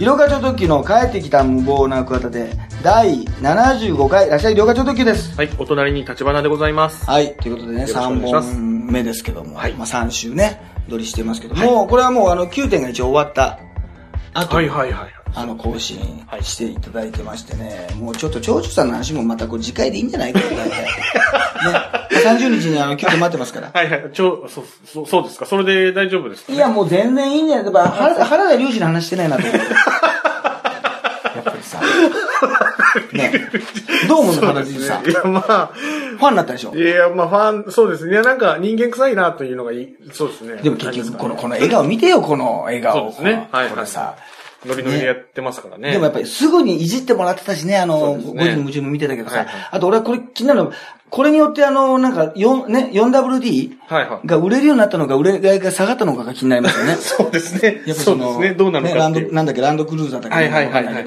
色課長特急の帰ってきた無謀な桑田で第75回らっしゃい色課長特急です。 はい、お隣に立花でございます。 はい、ということでね、3本目ですけども、 はい、 まあ3週ね撮りしてますけども、はい、これはもう9点が一応終わった後、 はいはいはい、 更新していただいてましてね、もうちょっと長州さんの話もまたこう次回でいいんじゃないかと大体ね、30日に9点待ってますから。 はいはい、そうですか。それで大丈夫ですか、ね、 いやもう全然いいんじゃないか。原田龍二の話してないなと思って。やっぱりさ、ね、どう思うの原田龍二さん。 いやまあファンになったでしょ。 いやまあファン、そうですね。いやなんか人間臭いなというのがそうですね。 でも結局この笑顔見てよ、この笑顔。 そうですね。はいはい。 これさ。 ノリノリでやってますからね。 でもやっぱりすぐにいじってもらってたしね、5時の夢中も見てたけどさ、はいはい、あと俺はこれ気になるのは、これによってなんか4WD が売れるようになったのか、売れがいが下がったのかが気になりますよね。 そうですね。やっぱそうですね。どうなのかっていう。 なんだっけ、ランドクルーザーだっけ。 はいはいはいはい。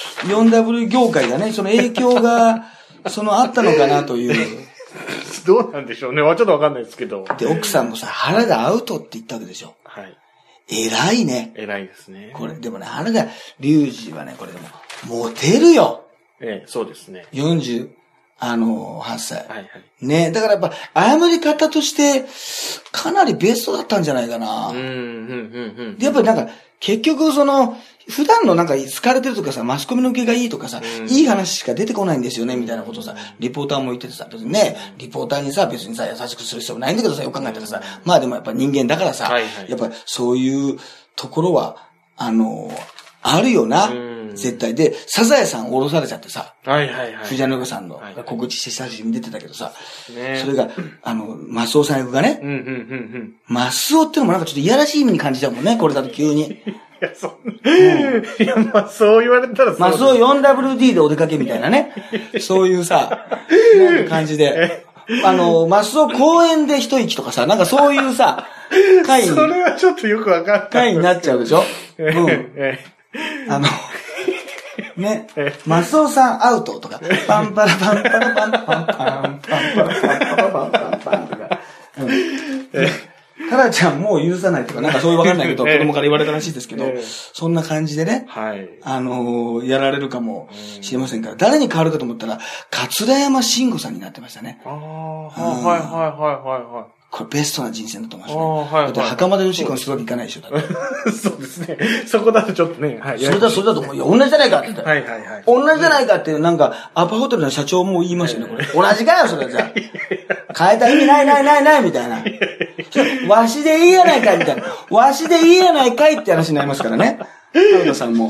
4W 業界がね、その影響が、あったのかなという。 どうなんでしょうね。ちょっとわかんないですけど。 で、奥さんもさ、原田アウトって言ったわけでしょ。 はい。 偉いね。 偉いですね。 これ、でもね、原田龍二はね、これでも、モテるよ。 そうですね。 48歳。 はいはい。 ね、だからやっぱ、謝り方として、かなりベストだったんじゃないかな。で、やっぱりなんか、結局普段のなんか好かれてるとかさ、マスコミの受けがいいとかさ、いい話しか出てこないんですよね、みたいなことをさ、リポーターも言っててさ、別にね、リポーターにさ、別にさ、優しくする必要もないんだけどさ、よく考えたらさ、まあでもやっぱ人間だからさ、やっぱそういうところは、あるよな、絶対。で、サザエさん降ろされちゃってさ、藤原紀香さんの告知して久しぶりに出てたけどさ、それが、マスオさん役がね、マスオってのもなんかちょっといやらしい意味に感じちゃうもんね、これだと急に。 いや、まあ、そう言われたらそう。 マスオ 4WD でお出かけみたいなね。そういうさ、なんか感じで。マスオ公園で一息とかさ、なんかそういうさ、回に。 それはちょっとよくわかんない。 回になっちゃうでしょ。ね、マスオさんアウトとか、パンパラパンパラパンパンパンパンパンパンパンパンパンパンとか。タラちゃんもう許さないとか、なんかそういうわかんないけど、子供から言われたらしいですけど、そんな感じでね、やられるかもしれませんから、誰に変わるかと思ったら、桂山慎吾さんになってましたね。これベストな人生だと思いますね。だって袴田義彦にするわけいかないでしょ、だって。 そうですね。そこだとちょっとね、 それだと思う。いや、同じじゃないかって言ったら。同じじゃないかって、なんか、アパホテルの社長も言いましたよね、これ。同じかよ、それじゃあ。変えた意味ないみたいな。わしでいいやないかいみたいな。わしでいいやないかいって話になりますからね。原田さんも。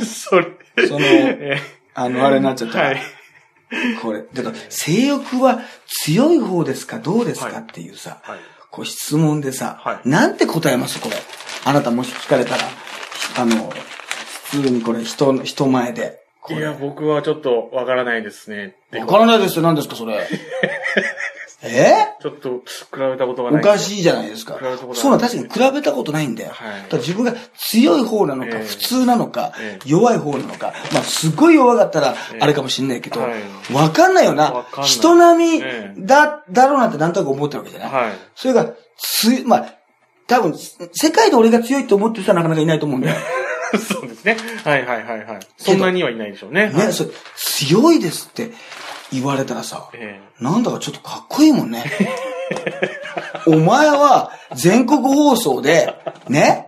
あれになっちゃった。これ。だから、性欲は強い方ですかどうですかっていうさ、こう質問でさ、なんて答えますこれ。あなたもし聞かれたら、普通にこれ人前で。 いや、僕はちょっとわからないですね。 わからないですよ、何ですかそれ。 ちょっと比べたことがない。 おかしいじゃないですか。そう確かに比べたことないんだよ。だから自分が強い方なのか、普通なのか、弱い方なのか。まあ、すごい弱かったら、あれかもしんないけど、わかんないよな。人並みだろうなってなんとなく思ってるわけじゃない。それが、まあ、多分、世界で俺が強いって思ってる人はなかなかいないと思うんだよ。 そうですね。そんなにはいないでしょうね。 ね、強いですって言われたらさ、なんだかちょっとかっこいいもんね。お前は全国放送で、ね、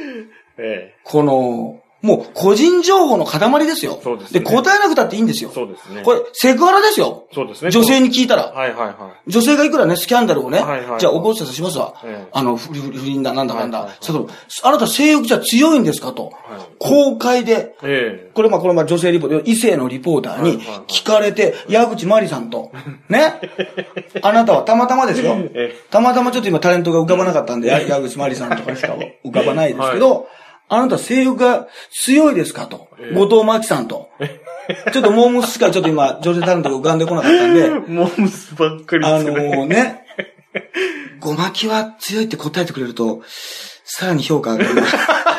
もう個人情報の塊ですよ。 そうですね。 で、答えなくたっていいんですよ。 そうですね。 これ、セクハラですよ。 そうですね。 女性に聞いたら。女性がいくらね、スキャンダルをね、じゃあ起こしたとしますわ。不倫だ、なんだ。あなた性欲じゃ強いんですかと。公開で。これ女性リポーター、異性のリポーターに聞かれて、矢口まりさんと。ね。あなたはたまたまですよ。たまたまちょっと今タレントが浮かばなかったんで、矢口まりさんとかしか浮かばないですけど、あなた性欲が強いですかと。後藤真希さんと。ちょっとモームスしかちょっと今、女性タレントが浮かんでこなかったんで。 モームスばっかりですね。ごまきは強いって答えてくれると、さらに評価上がります。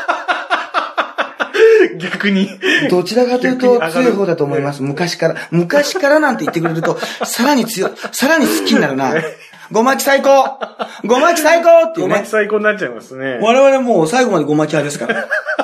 逆に。 どちらかというと強い方だと思います。昔からなんて言ってくれると、さらに好きになるな。ごまき最高っていうね。 ごまき最高になっちゃいますね。 我々もう最後までごまき派ですから。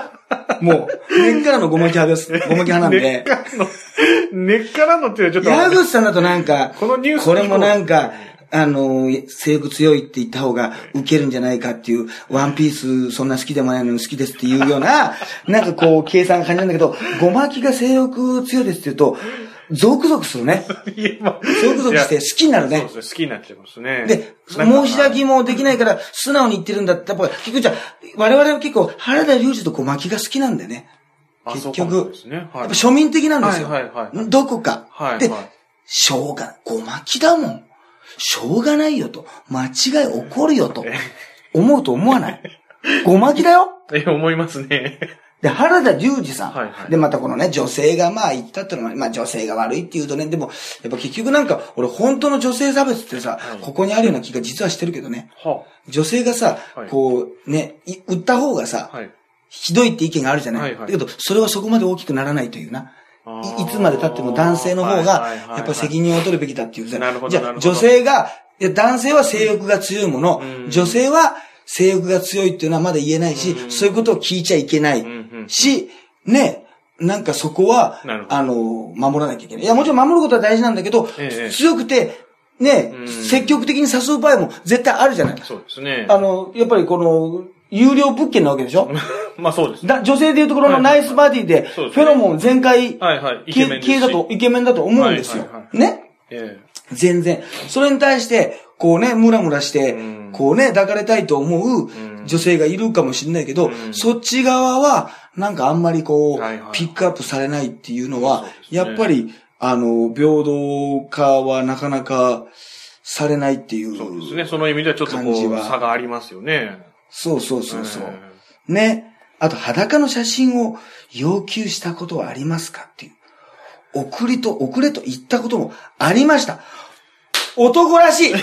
もう、根っからのごまき派です。ごまき派なんで。 根っからのっていうのはちょっと。 矢口さんだとなんか、 このニュースこれもなんか、性欲強いって言った方がウケるんじゃないかっていう、ワンピースそんな好きでもないのに好きですっていうような、なんかこう、計算が感じるんだけど、ごまきが性欲強いですって言うと、ゾクゾクするね。ゾクゾクして好きになるね。 そうですね、好きになっちゃいますね。 で、申し訳もできないから素直に言ってるんだって、やっぱ結局じゃあ、我々は結構原田龍二とごまきが好きなんだよね。結局。 ですね。はい、 やっぱ庶民的なんですよ。 はいはいはい、 どこか。 はい、 で、しょうが、ごまきだもん。しょうがないよと。間違い起こるよと。思うと思わない。ごまきだよ。 思いますね。 で、原田龍二さん。 はいはい、 で、またこのね、女性がまあ言ったってのは、まあ女性が悪いって言うとね、でも、やっぱ結局なんか、俺本当の女性差別ってさ、はい、ここにあるような気が実はしてるけどね。はあ、女性がさ、はい、こう、ね、売った方がさ、はい、ひどいって意見があるじゃない、はいはい、だけど、それはそこまで大きくならないというな。いつまで経っても男性の方が、やっぱ責任を取るべきだっていうさ。じゃあ、女性が、男性は性欲が強いもの、女性は性欲が強いっていうのはまだ言えないし、そういうことを聞いちゃいけないし、ね、なんかそこは、守らなきゃいけない。いや、もちろん守ることは大事なんだけど、強くて、ね、積極的に誘う場合も絶対あるじゃない。 そうですね。 やっぱりこの、有料物件なわけでしょまあそうです。 女性でいうところのナイスバディで、フェロモン全開系だと、イケメンだと思うんですよ。ね全然。それに対して、こうね、ムラムラして、こうね、抱かれたいと思う女性がいるかもしれないけど、そっち側は、なんかあんまりこう、ピックアップされないっていうのは、やっぱり、平等化はなかなかされないっていう。 そうですね。その意味ではちょっとこう、差がありますよね。 そう。ね。あと、裸の写真を要求したことはありますかっていう。送れと言ったこともありました。男らしい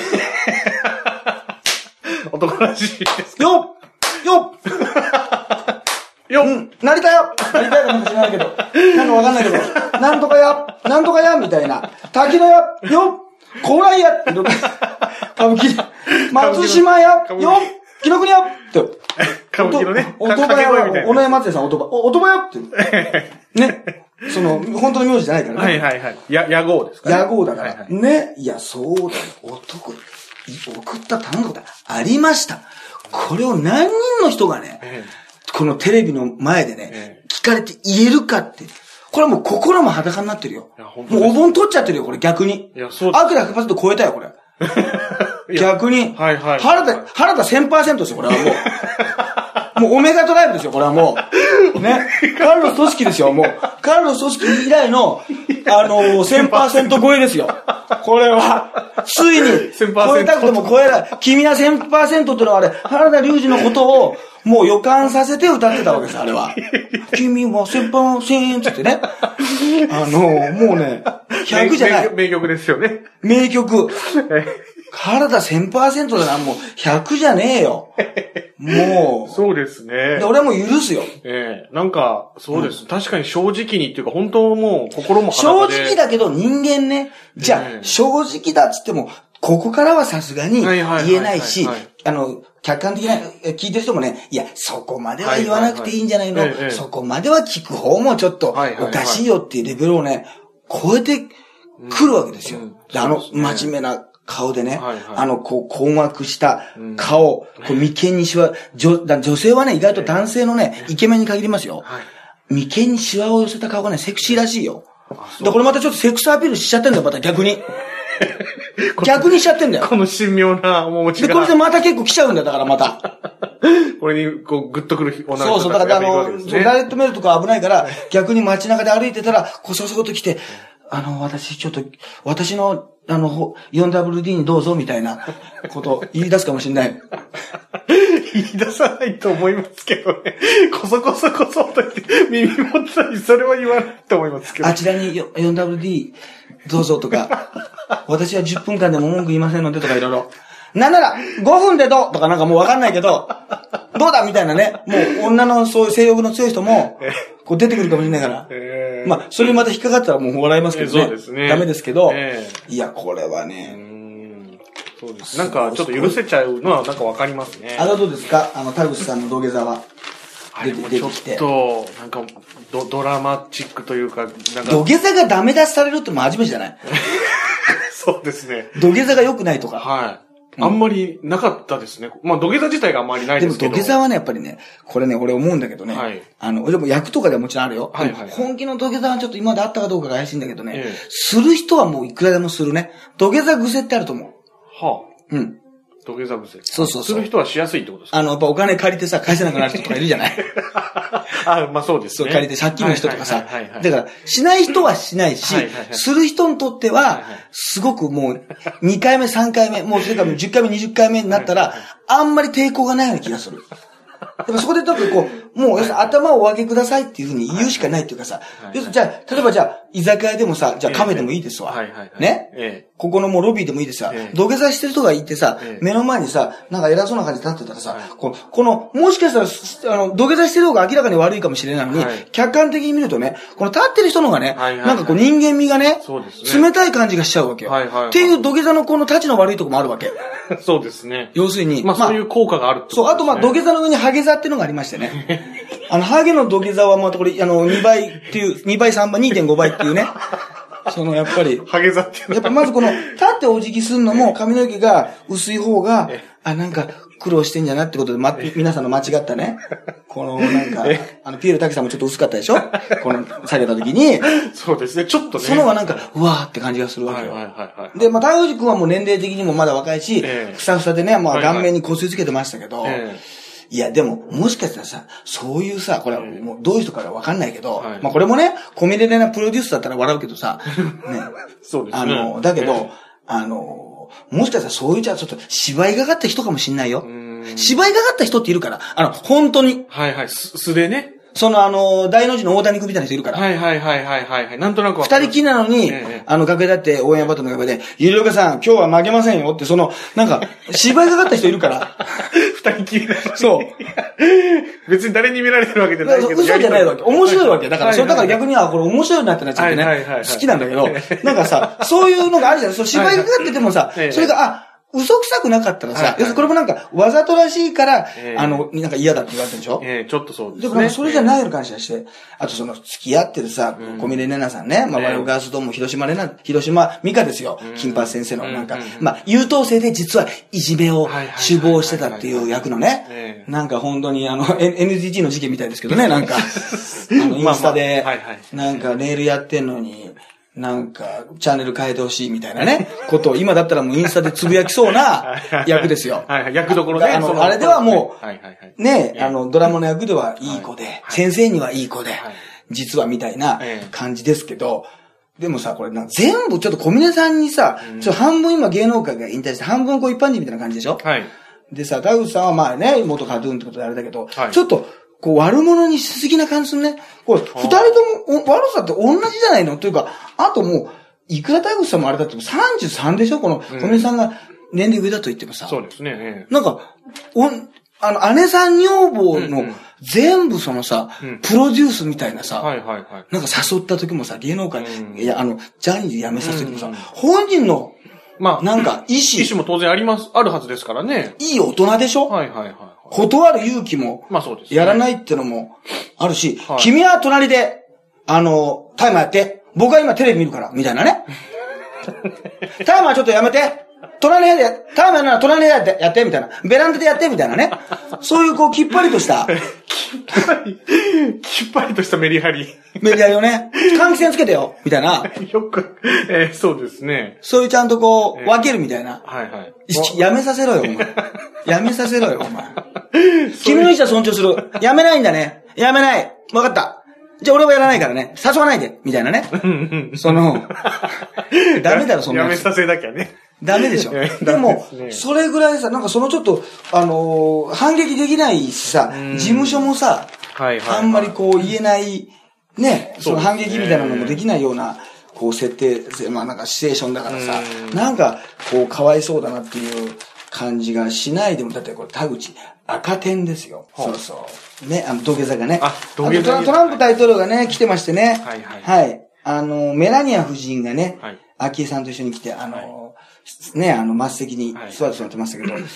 男らしいですか。 よなりたよかもしれないけど。なんかわかんないけど。なんとかやみたいな。滝野や高麗や歌舞伎松島や紀ノ国やって。 歌舞伎のね。 音羽屋は、尾上松也さん音羽屋って。ね。本当の名字じゃないからね。 はい。野号ですかね。 野号だから。ね。いや、そうだよ。送った頼んだことありました。これを何人の人がね、このテレビの前でね、聞かれて言えるかって。これはもう心も裸になってるよ。もうお盆取っちゃってるよ、これ逆に。アクラ 100% 超えたよ、これ。逆に。原田 1000% ですよ、これはもう。もうオメガドライブですよ、これはもう。ね。カルロス組織ですよ、もう。カルロス組織以来の、1000% 超えですよ。これは。ついに、超えたくても超えない。君は 1000% ってのはあれ、原田龍二のことを、もう予感させて歌ってたわけです、あれは。君は 1000% つってね。もうね、100じゃない。 名曲ですよね。 名曲。原田 1000% だな、もう100じゃねえよ。もう。 そうですね。 俺はもう許すよ。 なんか、そうです。確かに正直にっていうか、本当もう心も裸で。正直だけど人間ね。じゃあ、正直だっつっても、ここからはさすがに言えないし、客観的な、聞いてる人もね、いや、そこまでは言わなくていいんじゃないの、そこまでは聞く方もちょっとおかしいよっていうレベルをね、超えてくるわけですよ。真面目な顔でね、こう、困惑した顔、こう眉間にシワ、女性はね、意外と男性のね、イケメンに限りますよ。眉間にシワを寄せた顔がね、セクシーらしいよ。これまたちょっとセックスアピールしちゃってんだよ、また逆に。逆にしちゃってんだよ。 この神妙な面持ちが。 で、これでまた結構来ちゃうんだよ、だからまた。 これに、こう、グッとくる女の子。 そう、だからダイレクトメールとか危ないから、逆に街中で歩いてたら、こそと来て、私、ちょっと、私の、4WD にどうぞ、みたいなこと言い出すかもしれない。 言い出さないと思いますけどね。 こそと言って、耳持ったり、それは言わないと思いますけど。 あちらに 4WD どうぞとか、私は10分間でも文句言いませんのでとかいろいろ。なんなら、5分でどうとかなんかもうわかんないけど、どうだみたいなね。もう女のそういう性欲の強い人も、こう出てくるかもしれないから。まあ、それにまた引っかかったらもう笑いますけどね。 そうですね。 ダメですけど。いや、これはね。 そうです。なんか、ちょっと許せちゃうのはなんかわかりますね。 どうですか田口さんの土下座は。 あれもちょっと、なんか、ドラマチックというか、なんか。 土下座がダメ出しされるっても初めてじゃない？ そうですね。 土下座が良くないとか。 はい。あんまりなかったですね。まあ土下座自体があんまりないですけど。 でも土下座はね、やっぱりね、これね、俺思うんだけどね。はい。でも役とかではもちろんあるよ。はいはい。本気の土下座はちょっと今まであったかどうかが怪しいんだけどね。する人はもういくらでもするね。土下座癖ってあると思う。 はあ。 うん。 土下座癖。 そうそうそう。 する人はしやすいってことですか？ やっぱお金借りてさ、返せなくなる人とかいるじゃない？ まあそうですね。 そう、借りて借金の人とかさ。だから、しない人はしないし、する人にとっては、すごくもう、2回目、3回目、もうそれから10回目、20回目になったら、あんまり抵抗がないような気がする。でもそこで多分こう、もう、要するに頭をお上げくださいっていうふうに言うしかないっていうかさ、要するにじゃあ、例えばじゃあ、居酒屋でもさ、じゃあカフェでもいいですわ。ね。ここのもうロビーでもいいですさ、土下座してる人がいてさ、目の前にさ、なんか偉そうな感じで立ってたらさ、この、もしかしたら、土下座してる方が明らかに悪いかもしれないのに、客観的に見るとね、この立ってる人の方がね、なんかこう人間味がね、冷たい感じがしちゃうわけよ。っていう土下座のこの立ちの悪いとこもあるわけ。 そうですね。 要するに。 まあそういう効果があるってことですね。 そう、あとまあ土下座の上にハゲ座っていうのがありましてね。ハゲの土下座はまたこれ、2倍っていう、2倍、3倍、2.5 倍っていうね。やっぱり。 ハゲ座っていうのやっぱまずこの、立ってお辞儀するのも髪の毛が薄い方が、なんか苦労してんじゃなってことで、皆さんの間違ったね。このなんか、ピエール滝さんもちょっと薄かったでしょ？この、下げた時に。 そうですね、ちょっとね。 その方がなんか、うわーって感じがするわけよ。で、まあ、太陽寺君はもう年齢的にもまだ若いし、ふさふさでね、まあ、顔面に骨折つけてましたけど、いや、でも、もしかしたらさ、そういうさ、これはもうどういう人かわかんないけど、まあこれもね、コミュニティなプロデュースだったら笑うけどさ、ね。 そうですね。 だけど、もしかしたらそういうじゃちょっと芝居がかった人かもしんないよ。芝居がかった人っているから、本当に。 はいはい、素でね。 大の字の大谷君みたいな人いるから。 はい。なんとなく二人きりなのに、楽屋だって応援バトルの楽屋で、ゆりおかさん、今日は負けませんよって、なんか、芝居がかった人いるから。 二人きりなのに。 そう。 別に誰に見られてるわけじゃないけど。 嘘じゃないわけ。面白いわけ。だから、だから逆には、これ面白いなってなっちゃってね。好きなんだけど、なんかさ、そういうのがあるじゃん。芝居がかかっててもさ、それが、嘘くさくなかったらさ、要するにこれもなんか、わざとらしいから、なんか嫌だって言われてるでしょ？ ちょっとそうですね。 でもなんかそれじゃないような感じがして、あと付き合ってるさ、小峰玲奈さんね、まあ、我々ガースドーム広島美香ですよ。金八先生のなんか、まあ、優等生で実はいじめを首謀してたっていう役のね、なんか本当にNTT の事件みたいですけどね、なんか、インスタで、なんかネイルやってんのに、なんか、チャンネル変えてほしいみたいなね、ことを今だったらもうインスタでつぶやきそうな役ですよ。 役どころで。 あれではもう、ね、ドラマの役ではいい子で、先生にはいい子で、実はみたいな感じですけど、でもさ、これ全部ちょっと小峰さんにさ、半分今芸能界が引退して、半分こう一般人みたいな感じでしょ？はい。でさ、田口さんはまあね、元カドゥーンってことであれだけど、ちょっと、こう悪者にしすぎな感じするね。これ、二人とも悪さって同じじゃないのというか、あともう、いくら田口さんもあれだっても33でしょ？この、小峰さんが年齢上だと言ってもさ。 そうですね。 なんか、姉さん女房の全部プロデュースみたいなさ、なんか誘った時もさ、芸能界、いや、ジャニーズ辞めさせた時もさ、本人の、まあ、なんか、意思も当然あるはずですからね。 いい大人でしょ？断る勇気も、やらないってのもあるし、君は隣で、タイマーやって、僕は今テレビ見るから、みたいなね。タイマーちょっとやめて、隣の部屋で、タイマーなら隣の部屋でやって、みたいな。ベランダでやって、みたいなね。そういうきっぱりとした。きっぱりとしたメリハリ。 メリハリをね、換気扇つけてよ、みたいな。 よく、そうですね。 そういうちゃんと分けるみたいな。やめさせろよ、お前。やめさせろよ、お前。君の意思は尊重する。やめないんだね。やめない。わかった。じゃあ俺はやらないからね。誘わないで。みたいなね。ダメだろ、そんな。 やめさせなきゃね。 ダメでしょ。でも、それぐらいさ、なんかちょっと、反撃できないしさ、事務所もさ、あんまり言えない、ね、その反撃みたいなのもできないような、設定、まあなんかシチュエーションだからさ、なんか、かわいそうだなっていう感じがしないでも、だってこれ田口、赤点ですよ。そうそう。ね、土下座がね。トランプ大統領がね、来てましてね。はい。メラニア夫人がね、昭恵さんと一緒に来て、ね、末席に座ってもらってましたけど、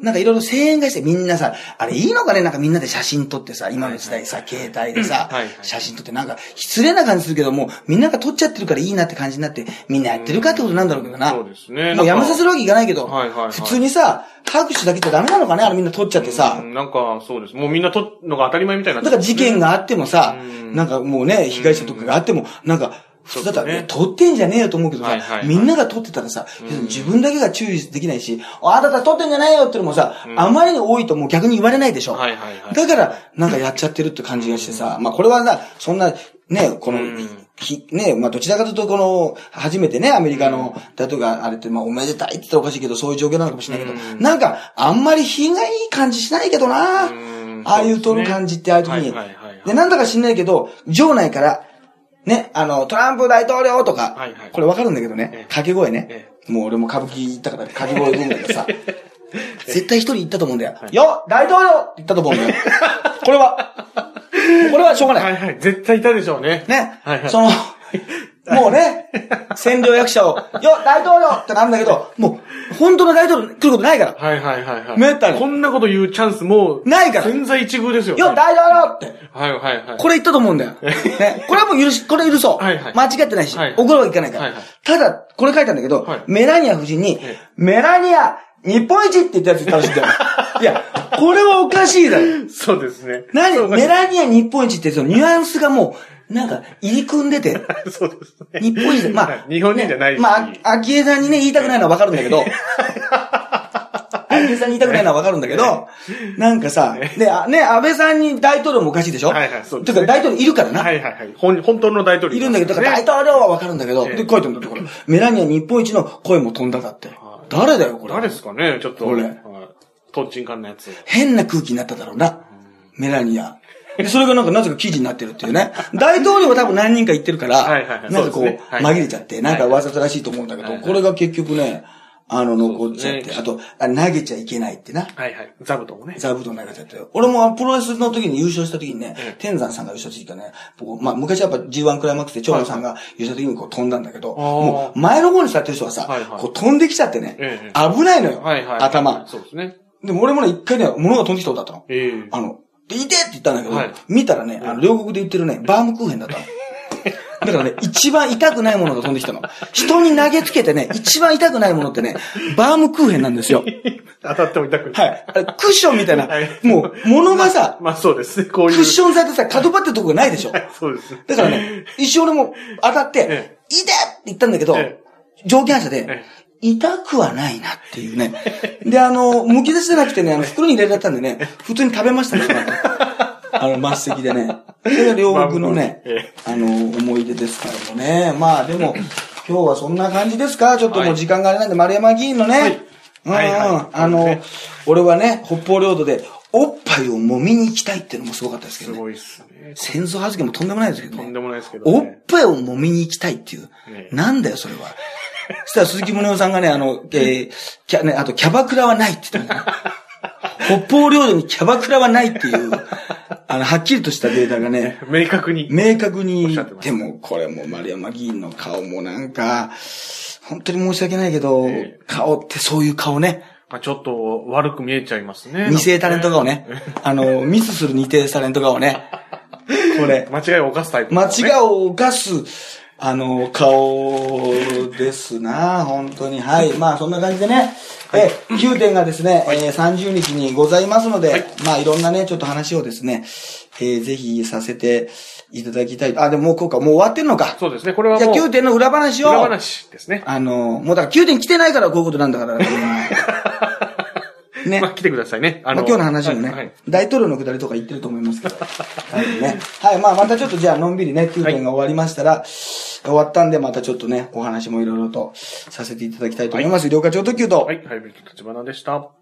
なんかいろいろ声援がしてみんなさ、あれいいのかねなんかみんなで写真撮ってさ、今の時代さ、携帯でさ、写真撮ってなんか失礼な感じするけども、みんなが撮っちゃってるからいいなって感じになって、みんなやってるかってことなんだろうけどな。 そうですね。 もうやめさせるわけいかないけど、普通にさ、拍手だけじゃダメなのかねあれみんな撮っちゃってさ。 なんかそうです。もうみんな撮るのが当たり前みたいになってだから事件があってもさ、なんかもうね、被害者とかがあっても、なんか、普通だったら、撮ってんじゃねえよと思うけどさ、みんなが撮ってたらさ、自分だけが注意できないし、あなた撮ってんじゃないよってのもさ、あまりに多いともう逆に言われないでしょ。だから、なんかやっちゃってるって感じがしてさ、まあこれはさ、そんな、ね、この、ね、まあどちらかというとこの、初めてね、アメリカの、だとかあれって、まあおめでたいって言ったらおかしいけど、そういう状況なのかもしれないけど、なんか、あんまり品がいい感じしないけどな、ああいう撮る感じってああいう時に。で、なんだか知んないけど、場内から、ね、トランプ大統領とか、これわかるんだけどね、掛け声ね。もう俺も歌舞伎行ったから掛け声部分だけどさ、絶対一人言ったと思うんだよ。よ大統領って言ったと思うんだよ。これはしょうがない。 絶対いたでしょうね。 ね。もうね、占領役者を、よ大統領ってなんだけど、もう、本当の大統領来ることないから。めったに。 こんなこと言うチャンスもう、 ないから。 千載一遇ですよ。 よ大統領って。これ言ったと思うんだよ。ね。これはもうこれ許そう。間違ってないし、怒るわけいかないから。ただ、これ書いたんだけど、メラニア夫人に、メラニア、日本一って言ったやつ言ったらしいんだよ。いや、これはおかしいだろ。 そうですね。 メラニア日本一ってそのニュアンスがもう、なんか、入り組んでて。 そうですね。 日本人で、まあ。 日本人じゃないし。 まあ、昭恵さんにね、言いたくないのはわかるんだけど。昭恵さんに言いたくないのはわかるんだけど、なんかさ、で、ね、安倍さんに大統領もおかしいでしょ。そうです。てか大統領いるからな。 本当の大統領いるんだけど、だから大統領はわかるんだけど、で、書いてるんだって、これ。メラニア日本一の声も飛んだだって。誰だよ、これ。 誰ですかね、ちょっと。 これ。 トンチンカンのやつ。 変な空気になっただろうな。メラニア。で、それがなんかなぜか記事になってるっていうね。大統領は多分何人か言ってるから、なんかこう、紛れちゃって、なんかわざとらしいと思うんだけど、これが結局ね、残っちゃって、あと、投げちゃいけないってな。 座布団もね。 座布団投げちゃって。俺もプロレスの時に優勝した時にね、天山さんが優勝した時ね、僕、まあ昔やっぱ G1 クライマックスで長野さんが優勝した時にこう飛んだんだけど、もう前の方に座ってる人はさ、こう飛んできちゃってね、危ないのよ。頭。 そうですね。 でも俺もね、一回ね、物が飛んできたことだったの。いてって言ったんだけど、見たらね、両国で言ってるね、バームクーヘンだったの。だからね、一番痛くないものが飛んできたの。人に投げつけてね、一番痛くないものってね、バームクーヘンなんですよ。 当たっても痛くない。 クッションみたいな、もう、物がさ、 まあそうですね、こういう。 クッションされてさ、角張ってるとこがないでしょ。 そうですね。 だからね、一生俺も当たって、いてって言ったんだけど、条件反射で、痛くはないなっていうね。で、剥き出しじゃなくてね、袋に入れられたんでね、普通に食べましたね、末席でね。それが両国のね、思い出ですからもね。まあでも、今日はそんな感じですか？ちょっともう時間があれなんで、丸山議員のね、俺はね、北方領土で、おっぱいを揉みに行きたいっていうのもすごかったですけどね。 すごいっすね。 戦争発言もとんでもないですけどね。 とんでもないですけどね。おっぱいを揉みに行きたいっていう。なんだよ、それは。そしたら鈴木宗男さんがね、あとキャバクラはないって言ったんだね。北方領土にキャバクラはないっていう、はっきりとしたデータがね、 明確に。 でも、これも丸山議員の顔もなんか、本当に申し訳ないけど、顔ってそういう顔ね。 ちょっと悪く見えちゃいますね。 二世タレント顔ね。ミスする二世タレント顔ね。これ。 間違いを犯すタイプ、 間違いを犯す、顔ですな、本当に。はい。まあ、そんな感じでね。9点がですね、30日にございますので、まあ、いろんなね、ちょっと話をですね、ぜひさせていただきたい。でももうもう終わってんのか。 そうですね、これはもう。 じゃあ9点の裏話を。 裏話ですね。 もうだから9点来てないからこういうことなんだから。ね。 まあ、来てくださいね。 今日の話もね、大統領のくだりとか言ってると思いますけど。ね。はい、まあ、またちょっとじゃあ、のんびりね、9点が終わりましたら、終わったんで、またちょっとね、お話もいろいろとさせていただきたいと思います。医療課長特急と。 はい、ハイブリッド立花でした。